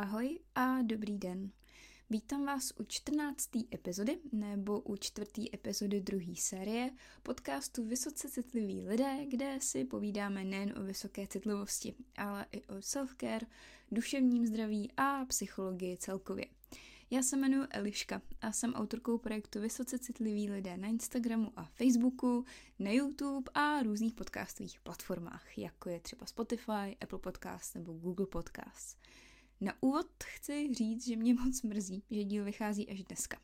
Ahoj a dobrý den. Vítám vás u 14. epizody nebo u 4. epizody druhé série podcastu Vysoce citliví lidé, kde si povídáme nejen o vysoké citlivosti, ale i o self-care, duševním zdraví a psychologii celkově. Já se jmenuji Eliška a jsem autorkou projektu Vysoce citliví lidé na Instagramu a Facebooku, na YouTube a různých podcastových platformách, jako je třeba Spotify, Apple Podcast nebo Google Podcast. Na úvod chci říct, že mě moc mrzí, že díl vychází až dneska.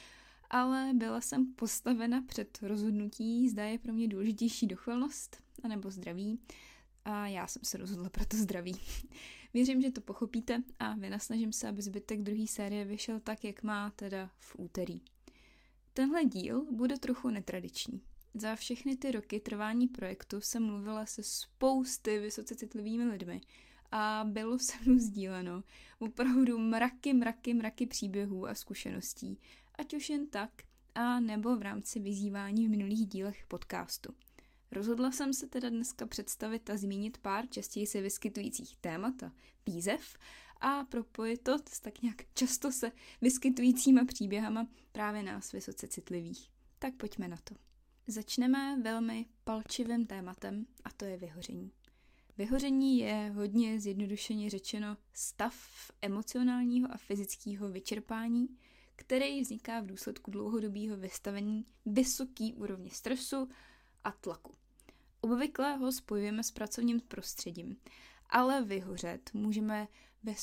Ale byla jsem postavena před rozhodnutí, zda je pro mě důležitější dochvilnost anebo zdraví, a já jsem se rozhodla pro to zdraví. Věřím, že to pochopíte a vynasnažím se, aby zbytek druhé série vyšel tak, jak má, teda v úterý. Tenhle díl bude trochu netradiční. Za všechny ty roky trvání projektu jsem mluvila se spousty vysoce citlivými lidmi a bylo se mnou sdíleno opravdu mraky příběhů a zkušeností, ať už jen tak, a nebo v rámci vyzývání v minulých dílech podcastu. Rozhodla jsem se teda dneska představit a zmínit pár častěji se vyskytujících témat a výzev a propojit to s tak nějak často se vyskytujícíma příběhama právě nás vysoce citlivých. Tak pojďme na to. Začneme velmi palčivým tématem a to je vyhoření. Vyhoření je hodně zjednodušeně řečeno stav emocionálního a fyzického vyčerpání, který vzniká v důsledku dlouhodobého vystavení vysoký úrovně stresu a tlaku. Obvykle ho spojujeme s pracovním prostředím, ale vyhořet můžeme ve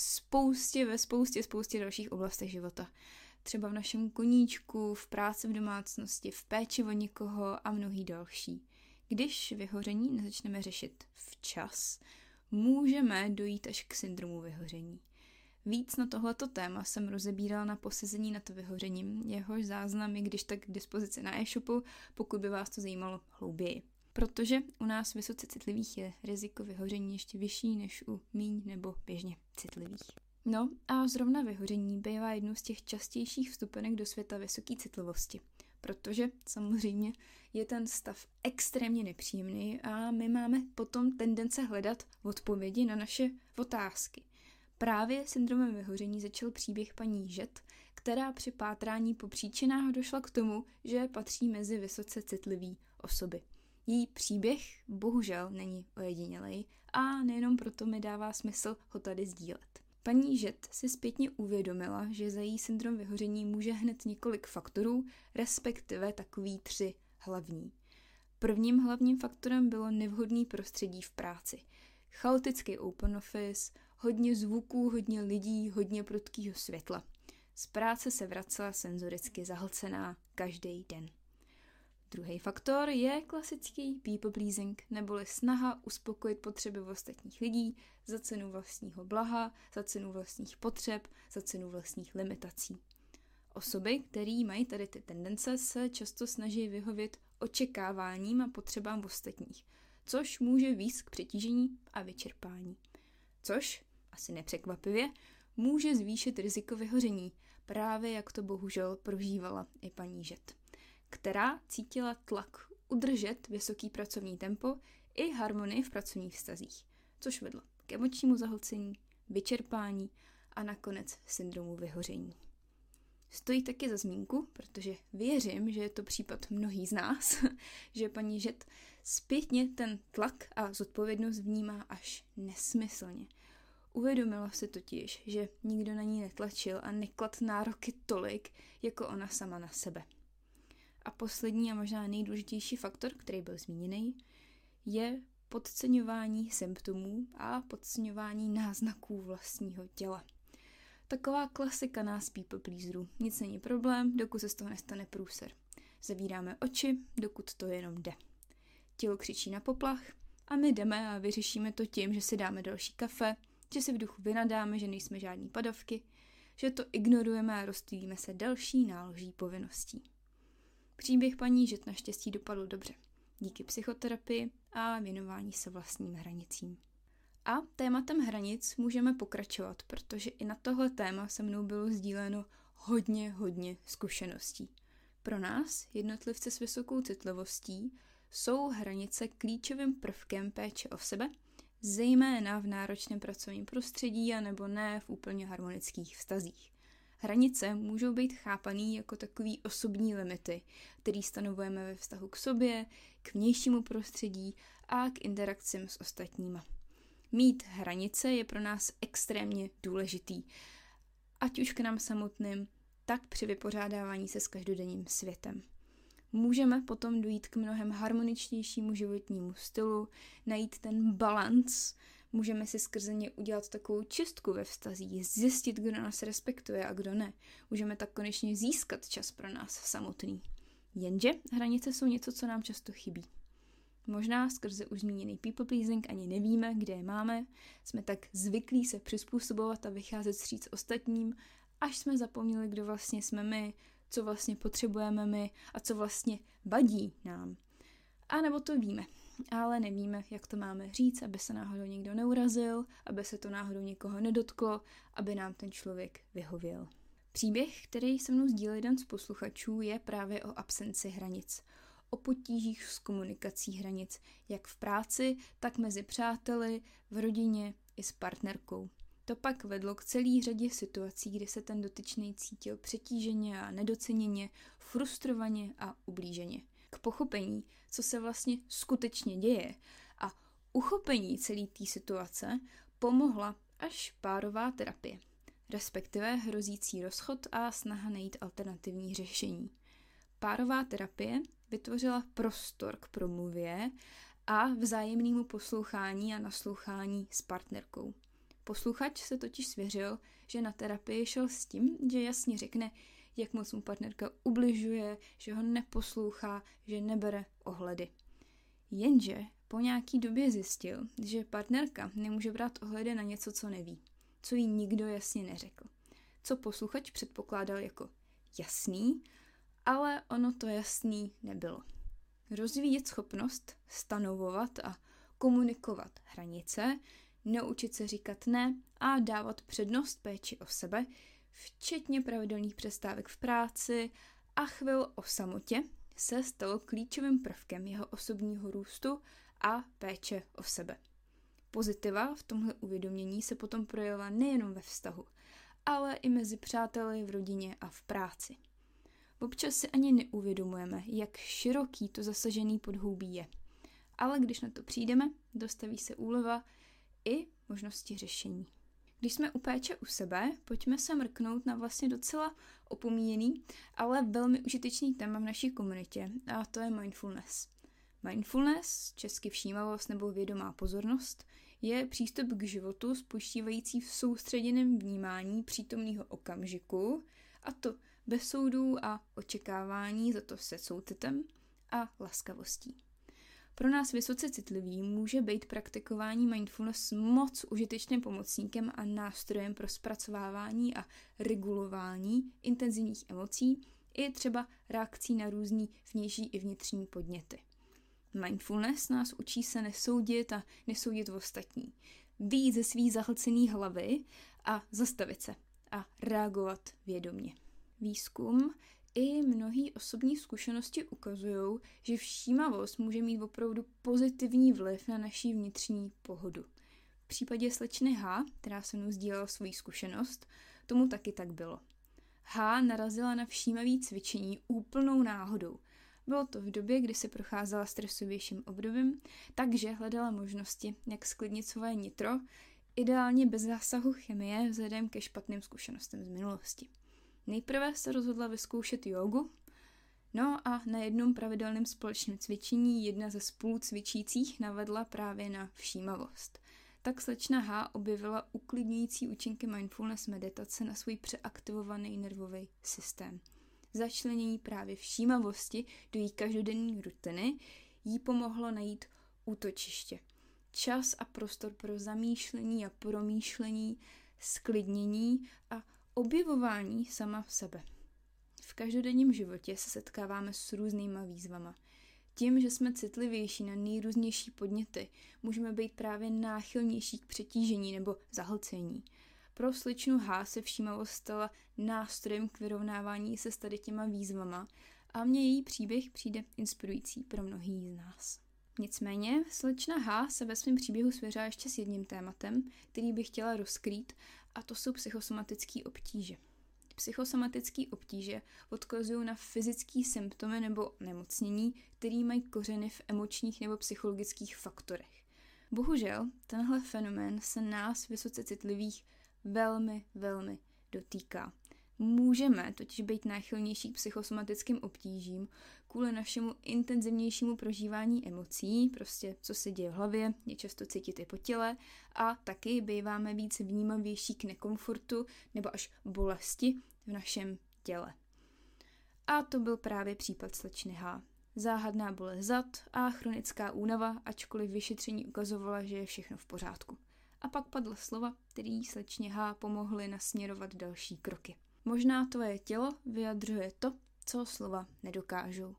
spoustě dalších oblastech života. Třeba v našem koníčku, v práci v domácnosti, v péči o někoho a mnohý další. Když vyhoření nezačneme řešit včas, můžeme dojít až k syndromu vyhoření. Víc na tohleto téma jsem rozebírala na posezení nad vyhořením, jehož záznam je když tak k dispozici na e-shopu, pokud by vás to zajímalo hlouběji. Protože u nás vysoce citlivých je riziko vyhoření ještě vyšší než u míň nebo běžně citlivých. No a zrovna vyhoření bývá jednou z těch častějších vstupenek do světa vysoké citlivosti. Protože samozřejmě je ten stav extrémně nepříjemný a my máme potom tendence hledat odpovědi na naše otázky. Právě syndromem vyhoření začal příběh paní Žet, která při pátrání po příčinách došla k tomu, že patří mezi vysoce citlivé osoby. Její příběh bohužel není ojedinělej a nejenom proto mi dává smysl ho tady sdílet. Paní Žet si zpětně uvědomila, že za její syndrom vyhoření může hned několik faktorů, respektive takový 3 hlavní. Prvním hlavním faktorem bylo nevhodný prostředí v práci. Chaotický open office, hodně zvuků, hodně lidí, hodně prudkého světla. Z práce se vracela senzoricky zahlcená každý den. Druhý faktor je klasický people pleasing, neboli snaha uspokojit potřeby ostatních lidí za cenu vlastního blaha, za cenu vlastních potřeb, za cenu vlastních limitací. Osoby, které mají tady ty tendence, se často snaží vyhovět očekáváním a potřebám ostatních, což může vést k přetížení a vyčerpání. Což, asi nepřekvapivě, může zvýšit riziko vyhoření, právě jak to bohužel prožívala i paní Žet, která cítila tlak udržet vysoký pracovní tempo i harmonii v pracovních vztazích, což vedlo k emočnímu zahlcení, vyčerpání a nakonec syndromu vyhoření. Stojí taky za zmínku, protože věřím, že je to případ mnohých z nás, že paní Žet zpětně ten tlak a zodpovědnost vnímá až nesmyslně. Uvědomila si totiž, že nikdo na ní netlačil a neklad nároky tolik, jako ona sama na sebe. A poslední a možná nejdůležitější faktor, který byl zmíněný, je podceňování symptomů a podceňování náznaků vlastního těla. Taková klasika nás people pleaserů. Nic není problém, dokud se z toho nestane průser. Zavíráme oči, dokud to jenom jde. Tělo křičí na poplach a my jdeme a vyřešíme to tím, že si dáme další kafe, že si v duchu vynadáme, že nejsme žádný padavky, že to ignorujeme a rozstýlíme se další náloží povinností. Příběh paní Žet naštěstí dopadl dobře, díky psychoterapii a věnování se vlastním hranicím. A tématem hranic můžeme pokračovat, protože i na tohle téma se mnou bylo sdíleno hodně zkušeností. Pro nás, jednotlivce s vysokou citlivostí, jsou hranice klíčovým prvkem péče o sebe, zejména v náročném pracovním prostředí a nebo ne v úplně harmonických vztazích. Hranice můžou být chápaný jako takový osobní limity, který stanovujeme ve vztahu k sobě, k vnějšímu prostředí a k interakcím s ostatníma. Mít hranice je pro nás extrémně důležitý, ať už k nám samotným, tak při vypořádávání se s každodenním světem. Můžeme potom dojít k mnohem harmoničnějšímu životnímu stylu, najít ten balans, můžeme si skrze ně udělat takovou čistku ve vztazích, zjistit, kdo nás respektuje a kdo ne. Můžeme tak konečně získat čas pro nás samotný. Jenže hranice jsou něco, co nám často chybí. Možná skrze už zmíněný people pleasing ani nevíme, kde je máme, jsme tak zvyklí se přizpůsobovat a vycházet vstříc ostatním, až jsme zapomněli, kdo vlastně jsme my, co vlastně potřebujeme my a co vlastně vadí nám. A nebo to víme, ale nevíme, jak to máme říct, aby se náhodou někdo neurazil, aby se to náhodou někoho nedotklo, aby nám ten člověk vyhověl. Příběh, který se mnou sdílel jeden z posluchačů, je právě o absenci hranic. O potížích s komunikací hranic, jak v práci, tak mezi přáteli, v rodině i s partnerkou. To pak vedlo k celý řadě situací, kdy se ten dotyčný cítil přetíženě a nedoceněně, frustrovaně a ublíženě. K pochopení, co se vlastně skutečně děje a uchopení celé té situace pomohla až párová terapie, respektive hrozící rozchod a snaha najít alternativní řešení. Párová terapie vytvořila prostor k promluvě a vzájemnému poslouchání a naslouchání s partnerkou. Posluchač se totiž svěřil, že na terapii šel s tím, že jasně řekne, jak moc mu partnerka ubližuje, že ho neposlouchá, že nebere ohledy. Jenže po nějaký době zjistil, že partnerka nemůže brát ohledy na něco, co neví, co jí nikdo jasně neřekl. Co posluchač předpokládal jako jasný, ale ono to jasný nebylo. Rozvíjet schopnost stanovovat a komunikovat hranice, naučit se říkat ne a dávat přednost péči o sebe, včetně pravidelných přestávek v práci a chvil o samotě, se stalo klíčovým prvkem jeho osobního růstu a péče o sebe. Pozitiva v tomhle uvědomění se potom projevila nejenom ve vztahu, ale i mezi přáteli, v rodině a v práci. Občas si ani neuvědomujeme, jak široký to zasažený podhoubí je. Ale když na to přijdeme, dostaví se úleva i možnosti řešení. Když jsme u péče u sebe, pojďme se mrknout na vlastně docela opomíjený, ale velmi užitečný téma v naší komunitě, a to je mindfulness. Mindfulness, česky všímavost nebo vědomá pozornost, je přístup k životu spočívající v soustředěném vnímání přítomného okamžiku, a to bez soudů a očekávání, za to se soucitem a laskavostí. Pro nás vysoce citlivý může být praktikování mindfulness moc užitečným pomocníkem a nástrojem pro zpracovávání a regulování intenzivních emocí i třeba reakcí na různý vnější i vnitřní podněty. Mindfulness nás učí se nesoudit a nesoudit ostatní, vyjít ze svý zahlcený hlavy a zastavit se a reagovat vědomě. Výzkum i mnohé osobní zkušenosti ukazují, že všímavost může mít opravdu pozitivní vliv na naši vnitřní pohodu. V případě slečny H, která se mnou sdílela svoji zkušenost, tomu taky tak bylo. H narazila na všímavý cvičení úplnou náhodou. Bylo to v době, kdy se procházela stresovějším obdobím, takže hledala možnosti, jak sklidnit svoje nitro, ideálně bez zásahu chemie vzhledem ke špatným zkušenostem z minulosti. Nejprve se rozhodla vyzkoušet jógu, no a na jednom pravidelném společném cvičení jedna ze spolucvičících navedla právě na všímavost. Tak slečna H objevila uklidňující účinky mindfulness meditace na svůj přeaktivovaný nervový systém. Začlenění právě všímavosti do její každodenní rutiny jí pomohlo najít útočiště. Čas a prostor pro zamýšlení a promýšlení, sklidnění a objevování sama v sebe. V každodenním životě se setkáváme s různýma výzvama. Tím, že jsme citlivější na nejrůznější podněty, můžeme být právě náchylnější k přetížení nebo zahlcení. Pro slečnu H se všímavost stala nástrojem k vyrovnávání se s tady těma výzvama a mně její příběh přijde inspirující pro mnohý z nás. Nicméně slečna H se ve svém příběhu svěřila ještě s jedním tématem, který bych chtěla rozkrýt, a to jsou psychosomatické obtíže. Psychosomatické obtíže odkazují na fyzické symptomy nebo nemocnění, které mají kořeny v emočních nebo psychologických faktorech. Bohužel, tenhle fenomén se nás vysoce citlivých velmi, velmi dotýká. Můžeme totiž být náchylnější k psychosomatickým obtížím kvůli našemu intenzivnějšímu prožívání emocí, prostě co se děje v hlavě, je často cítit i po těle, a taky býváme víc vnímavější k nekomfortu nebo až bolesti v našem těle. A to byl právě případ slečny H. Záhadná bolest zad a chronická únava, ačkoliv vyšetření ukazovala, že je všechno v pořádku. A pak padla slova, který slečně H pomohly nasměrovat další kroky. Možná tvoje tělo vyjadřuje to, co slova nedokážou.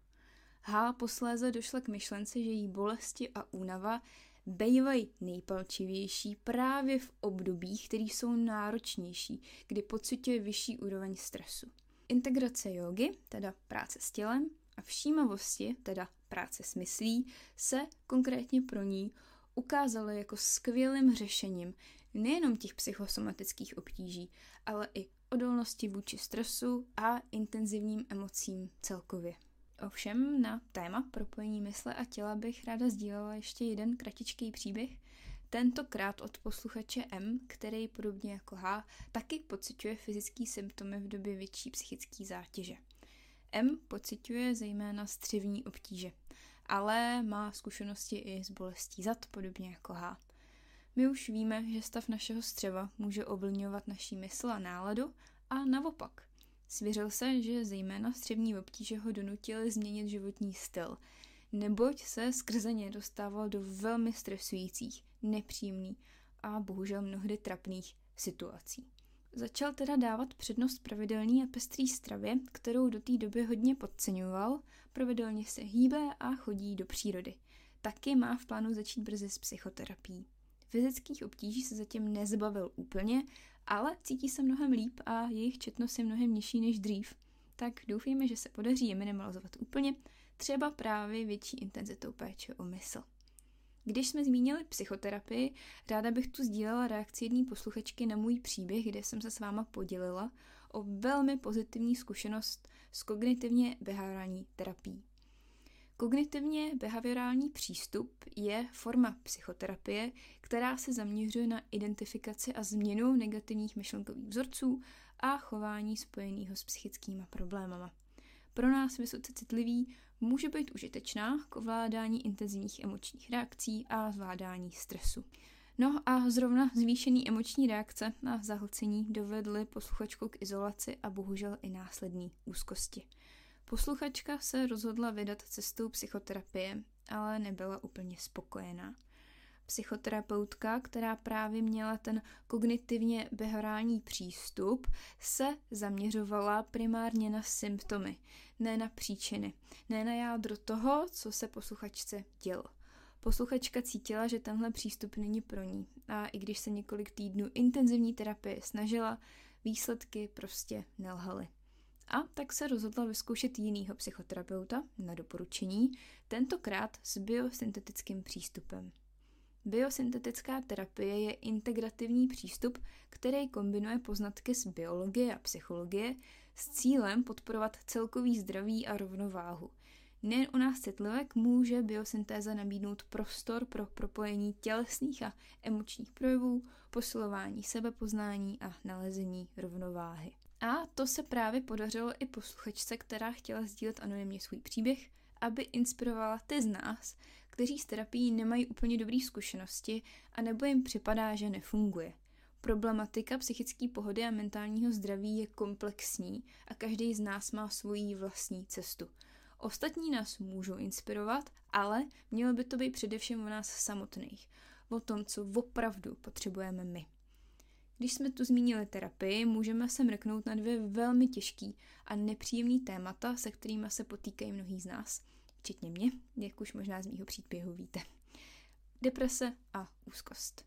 H posléze došla k myšlence, že jí bolesti a únava bývají nejpalčivější právě v obdobích, které jsou náročnější, kdy pociťuje vyšší úroveň stresu. Integrace jógy, teda práce s tělem, a všímavosti, teda práce s myslí, se konkrétně pro ní ukázaly jako skvělým řešením nejenom těch psychosomatických obtíží, ale i odolnosti vůči stresu a intenzivním emocím celkově. Ovšem na téma propojení mysle a těla bych ráda sdílela ještě jeden kratičký příběh, tentokrát od posluchače M, který podobně jako H taky pociťuje fyzické symptomy v době větší psychické zátěže. M pociťuje zejména střevní obtíže, ale má zkušenosti i s bolestí zad, podobně jako H. My už víme, že stav našeho střeva může ovlivňovat naší mysl a náladu a naopak. Svěřil se, že zejména střevní obtíže ho donutily změnit životní styl, neboť se skrze ně dostával do velmi stresujících, nepříjemných a bohužel mnohdy trapných situací. Začal teda dávat přednost pravidelný a pestrý stravě, kterou do té doby hodně podceňoval, pravidelně se hýbe a chodí do přírody. Taky má v plánu začít brzy s psychoterapií. Fyzických obtíží se zatím nezbavil úplně, ale cítí se mnohem líp a jejich četnost je mnohem nižší než dřív. Tak doufejme, že se podaří je minimalizovat úplně, třeba právě větší intenzitou péče o mysl. Když jsme zmínili psychoterapii, ráda bych tu sdílela reakci jedné posluchačky na můj příběh, kde jsem se s váma podělila o velmi pozitivní zkušenost s kognitivně behaviorální terapií. Kognitivně behaviorální přístup je forma psychoterapie, která se zaměřuje na identifikaci a změnu negativních myšlenkových vzorců a chování spojeného s psychickými problémama. Pro nás vysoce citlivý může být užitečná k ovládání intenzivních emočních reakcí a zvládání stresu. No a zrovna zvýšený emoční reakce na zahlcení dovedly posluchačku k izolaci a bohužel i následné úzkosti. Posluchačka se rozhodla vydat cestou psychoterapie, ale nebyla úplně spokojená. Psychoterapeutka, která právě měla ten kognitivně behaviorální přístup, se zaměřovala primárně na symptomy, ne na příčiny, ne na jádro toho, co se posluchačce dělo. Posluchačka cítila, že tenhle přístup není pro ní a i když se několik týdnů intenzivní terapie snažila, výsledky prostě nelhaly. A tak se rozhodla vyzkoušet jinýho psychoterapeuta na doporučení, tentokrát s biosyntetickým přístupem. Biosyntetická terapie je integrativní přístup, který kombinuje poznatky z biologie a psychologie s cílem podporovat celkový zdraví a rovnováhu. Nejen u nás citlivek může biosyntéza nabídnout prostor pro propojení tělesných a emočních projevů, posilování sebepoznání a nalezení rovnováhy. A to se právě podařilo i posluchačce, která chtěla sdílet anonymně svůj příběh, aby inspirovala ty z nás, kteří s terapií nemají úplně dobré zkušenosti a nebo jim připadá, že nefunguje. Problematika psychické pohody a mentálního zdraví je komplexní a každý z nás má svoji vlastní cestu. Ostatní nás můžou inspirovat, ale mělo by to být především o nás samotných, o tom, co opravdu potřebujeme my. Když jsme tu zmínili terapii, můžeme se mrknout na dvě velmi těžký a nepříjemný témata, se kterými se potýkají mnohý z nás, včetně mě, jak už možná z mýho příběhu víte. Deprese a úzkost.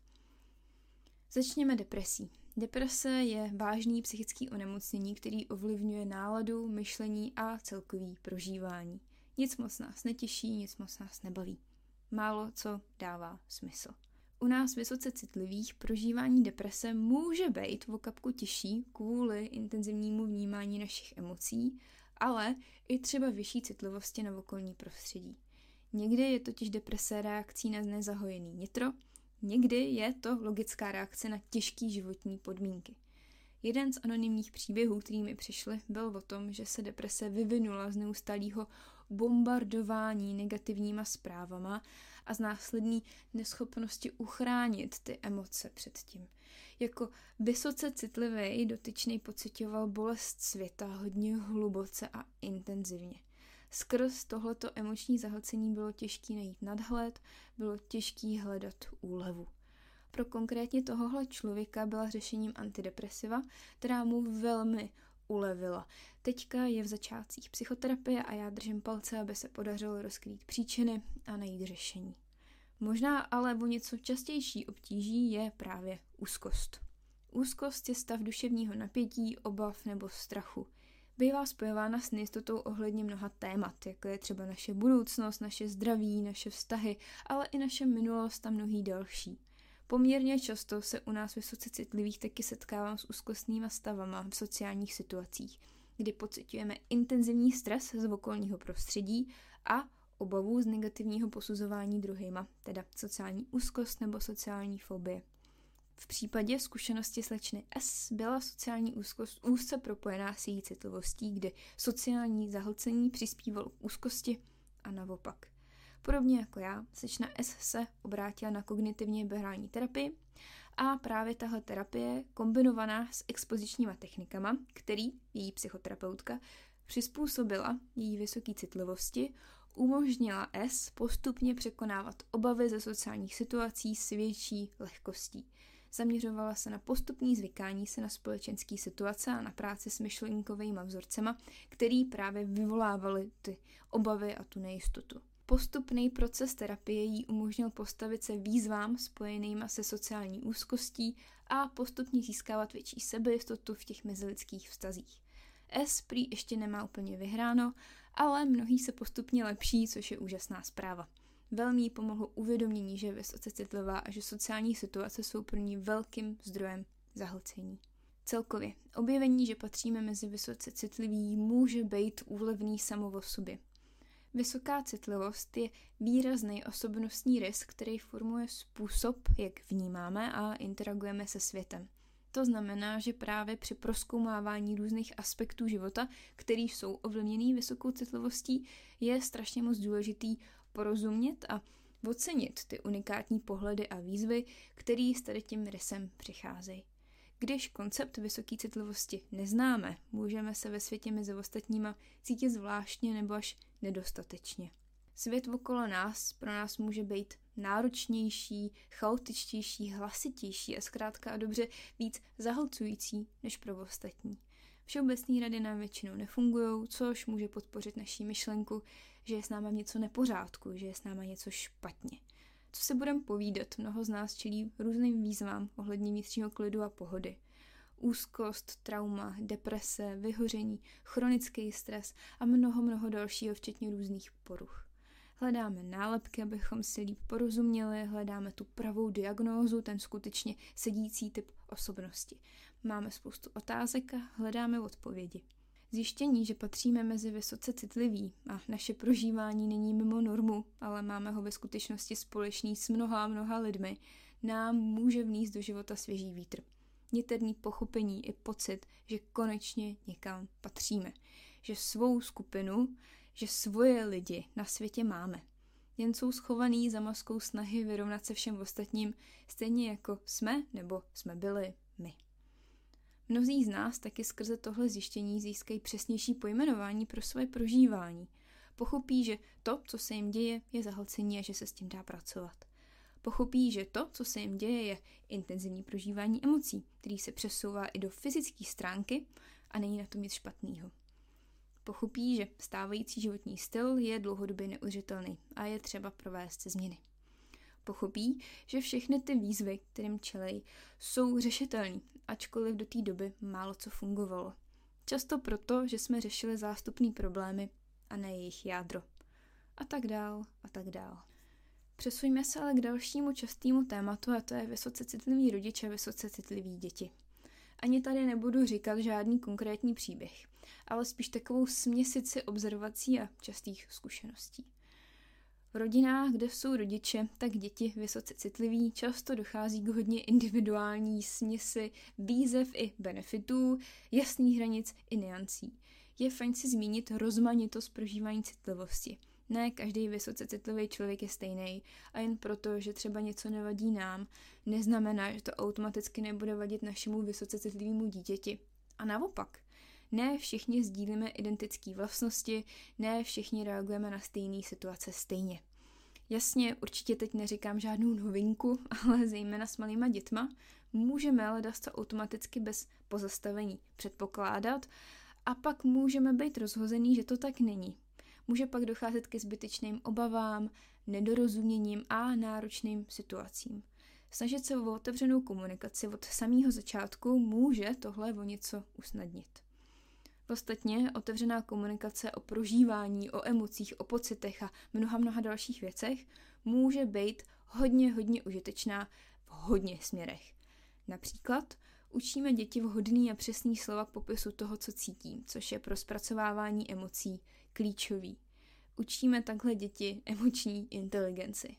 Začněme depresí. Deprese je vážný psychický onemocnění, který ovlivňuje náladu, myšlení a celkový prožívání. Nic moc nás netěší, nic moc nás nebaví. Málo co dává smysl. U nás vysoce citlivých prožívání deprese může být o kapku těžší kvůli intenzivnímu vnímání našich emocí, ale i třeba vyšší citlivosti na okolní prostředí. Někdy je totiž deprese reakcí na nezahojený nitro, někdy je to logická reakce na těžké životní podmínky. Jeden z anonymních příběhů, který mi přišly, byl o tom, že se deprese vyvinula z neustálého bombardování negativníma zprávama a z následné neschopnosti uchránit ty emoce před tím. Jako vysoce citlivý dotyčný pociťoval bolest světa hodně hluboce a intenzivně. Skrz tohleto emoční zahlcení bylo těžké najít nadhled, bylo těžké hledat úlevu. Pro konkrétně tohohle člověka byla řešením antidepresiva, která mu velmi ulevila. Teďka je v začátcích psychoterapie a já držím palce, aby se podařilo rozkrýt příčiny a najít řešení. Možná ale o něco častější obtíží je právě úzkost. Úzkost je stav duševního napětí, obav nebo strachu. Bývá spojována s nejistotou ohledně mnoha témat, jako je třeba naše budoucnost, naše zdraví, naše vztahy, ale i naše minulost a mnohý další. Poměrně často se u nás vysoce citlivých taky setkávám s úzkostnýma stavama v sociálních situacích, kdy pociťujeme intenzivní stres z okolního prostředí a obavu z negativního posuzování druhejma, teda sociální úzkost nebo sociální fobie. V případě zkušenosti slečny S byla sociální úzkost úzce propojená s její citlivostí, kdy sociální zahlcení přispívalo k úzkosti a naopak. Podobně jako já, slečna S se obrátila na kognitivně behaviorální terapii a právě tahle terapie kombinovaná s expozičníma technikama, který její psychoterapeutka přizpůsobila její vysoké citlivosti, umožnila S postupně překonávat obavy ze sociálních situací s větší lehkostí. Zaměřovala se na postupné zvykání se na společenské situace a na práci s myšlenkovými vzorcema, který právě vyvolávaly ty obavy a tu nejistotu. Postupný proces terapie jí umožnil postavit se výzvám spojenýma se sociální úzkostí a postupně získávat větší sebejistotu v těch mezilidských vztazích. S prý ještě nemá úplně vyhráno, ale mnohý se postupně lepší, což je úžasná zpráva. Velmi jí pomohlo uvědomění, že je vysoce citlivá a že sociální situace jsou pro ní velkým zdrojem zahlcení. Celkově, objevení, že patříme mezi vysoce citlivý, může být úlevný samo o sobě. Vysoká citlivost je výrazný osobnostní rys, který formuje způsob, jak vnímáme a interagujeme se světem. To znamená, že právě při prozkoumávání různých aspektů života, které jsou ovlivněný vysokou citlivostí, je strašně moc důležitý porozumět a ocenit ty unikátní pohledy a výzvy, které s tady tím rysem přicházejí. Když koncept vysoké citlivosti neznáme, můžeme se ve světě mezi ostatníma cítit zvláštně nebo až nedostatečně. Svět okolo nás pro nás může být náročnější, chaotičtější, hlasitější a zkrátka a dobře víc zahlcující než pro ostatní. Všeobecné rady nám většinou nefungují, což může podpořit naši myšlenku, že je s náma něco nepořádku, že je s náma něco špatně. Co si budeme povídat, mnoho z nás čelí různým výzvám ohledně vnitřního klidu a pohody. Úzkost, trauma, deprese, vyhoření, chronický stres a mnoho dalšího, včetně různých poruch. Hledáme nálepky, abychom si líp porozuměli, hledáme tu pravou diagnózu, ten skutečně sedící typ osobnosti. Máme spoustu otázek a hledáme odpovědi. Zjištění, že patříme mezi vysoce citlivý a naše prožívání není mimo normu, ale máme ho ve skutečnosti společný s mnoha lidmi, nám může vnést do života svěží vítr. Niterný pochopení i pocit, že konečně někam patříme, že svou skupinu, že svoje lidi na světě máme. Jen jsou schovaný za maskou snahy vyrovnat se všem ostatním, stejně jako jsme nebo jsme byli my. Mnozí z nás taky skrze tohle zjištění získají přesnější pojmenování pro své prožívání. Pochopí, že to, co se jim děje, je zahlcení a že se s tím dá pracovat. Pochopí, že to, co se jim děje, je intenzivní prožívání emocí, který se přesouvá i do fyzické stránky a není na tom nic špatného. Pochopí, že stávající životní styl je dlouhodobě neudržitelný a je třeba provést změny. Pochopí, že všechny ty výzvy, kterým čelí, jsou řešitelné, ačkoliv do té doby málo co fungovalo. Často proto, že jsme řešili zástupné problémy a ne jejich jádro. A tak dál, a tak dál. Přesuňme se ale k dalšímu častému tématu, a to je vysoce citlivý rodič a vysoce citlivý děti. Ani tady nebudu říkat žádný konkrétní příběh, ale spíš takovou směsici observací a častých zkušeností. V rodinách, kde jsou rodiče, tak děti vysoce citliví, často dochází k hodně individuální směsi výzev i benefitů, jasných hranic i nuancí. Je fajn si zmínit rozmanitost prožívání citlivosti. Ne každý vysoce citlivý člověk je stejný a jen proto, že třeba něco nevadí nám, neznamená, že to automaticky nebude vadit našemu vysoce citlivému dítěti. A naopak, ne všichni sdílíme identické vlastnosti, ne všichni reagujeme na stejné situace stejně. Jasně, určitě teď neříkám žádnou novinku, ale zejména s malýma dětma můžeme ale to automaticky bez pozastavení předpokládat a pak můžeme být rozhozený, že to tak není. Může pak docházet ke zbytečným obavám, nedorozuměním a náročným situacím. Snažit se o otevřenou komunikaci od samého začátku může tohle o něco usnadnit. Ostatně otevřená komunikace o prožívání, o emocích, o pocitech a mnoha dalších věcech může být hodně užitečná v hodně směrech. Například učíme děti vhodný a přesný slova k popisu toho, co cítí, což je pro zpracovávání emocí klíčový. Učíme takhle děti emoční inteligenci.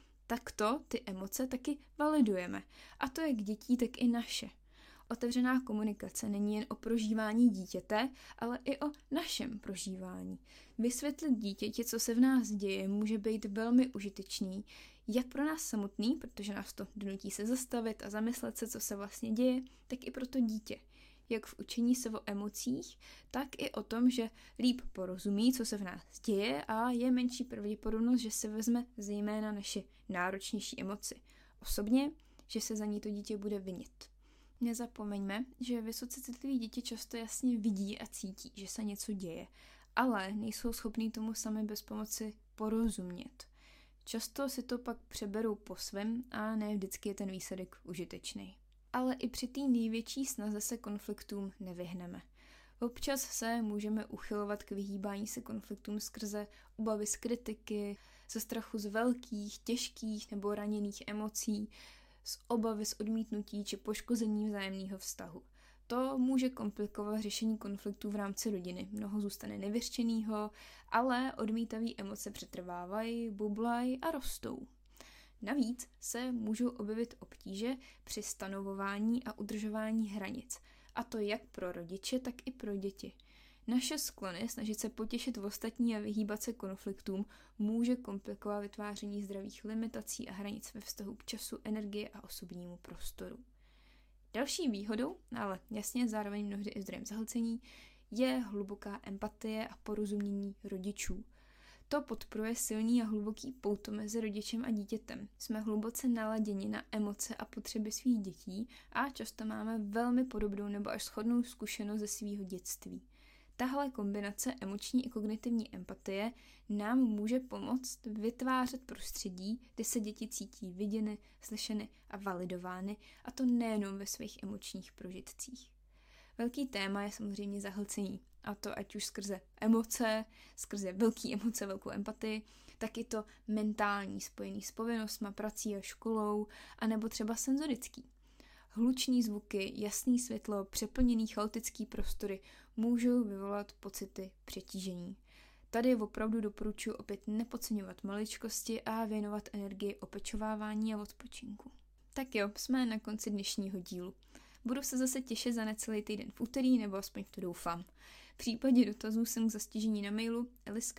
Takto ty emoce taky validujeme. A to jak dětí, tak i naše. Otevřená komunikace není jen o prožívání dítěte, ale i o našem prožívání. Vysvětlit dítěti, co se v nás děje, může být velmi užitečný, jak pro nás samotný, protože nás to donutí se zastavit a zamyslet se, co se vlastně děje, tak i pro to dítě. Jak v učení se o emocích, tak i o tom, že líp porozumí, co se v nás děje a je menší pravděpodobnost, že se vezme zejména naše náročnější emoci. Osobně, že se za ní to dítě bude vinit. Nezapomeňme, že vysoce citliví děti často jasně vidí a cítí, že se něco děje, ale nejsou schopní tomu sami bez pomoci porozumět. Často si to pak přeberou po svém a ne vždycky je ten výsledek užitečný. Ale i při té největší snaze se konfliktům nevyhneme. Občas se můžeme uchylovat k vyhýbání se konfliktům skrze obavy z kritiky, ze strachu z velkých, těžkých nebo raněných emocí, z obavy z odmítnutí či poškození vzájemného vztahu. To může komplikovat řešení konfliktů v rámci rodiny. Mnoho zůstane nevyřčenýho, ale odmítavé emoce přetrvávají, bublají a rostou. Navíc se můžou objevit obtíže při stanovování a udržování hranic, a to jak pro rodiče, tak i pro děti. Naše sklony snažit se potěšit v ostatní a vyhýbat se konfliktům může komplikovat vytváření zdravých limitací a hranic ve vztahu k času, energie a osobnímu prostoru. Další výhodou, ale jasně zároveň mnohdy i zdrojem zahlcení, je hluboká empatie a porozumění rodičů. To podporuje silný a hluboký pouto mezi rodičem a dítětem. Jsme hluboce naladěni na emoce a potřeby svých dětí a často máme velmi podobnou nebo až shodnou zkušenost ze svého dětství. Tahle kombinace emoční i kognitivní empatie nám může pomoct vytvářet prostředí, kde se děti cítí viděny, slyšeny a validovány, a to nejenom ve svých emočních prožitcích. Velký téma je samozřejmě zahlcení, a to ať už skrze emoce, skrze velké emoce, velkou empatii, tak i to mentální, spojený s povinnostma, prací a školou, anebo třeba senzorický. Hluční zvuky, jasný světlo, přeplněný chaotický prostory můžou vyvolat pocity přetížení. Tady opravdu doporučuji opět nepodceňovat maličkosti a věnovat energii opečovávání a odpočinku. Tak jo, jsme na konci dnešního dílu. Budu se zase těšit za necelý týden v úterý, nebo aspoň v to doufám. V případě dotazů jsem k zastížení na mailu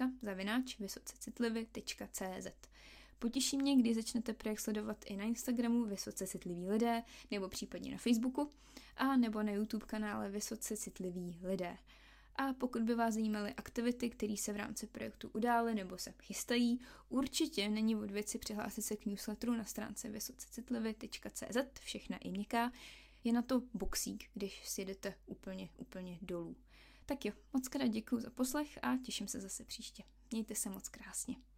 eliska@vysocecitlivy.cz. Potěší mě, když začnete projekt sledovat i na Instagramu Vysoce citliví lidé, nebo případně na Facebooku, a nebo na YouTube kanále Vysoce citliví lidé. A pokud by vás zajímaly aktivity, které se v rámci projektu udály nebo se chystají, určitě není od věci přihlásit se k newsletteru na stránce vysocecitlivy.cz, všechna i měkká. Je na to boxík, když si jdete úplně dolů. Tak jo, moc krát děkuju za poslech a těším se zase příště. Mějte se moc krásně.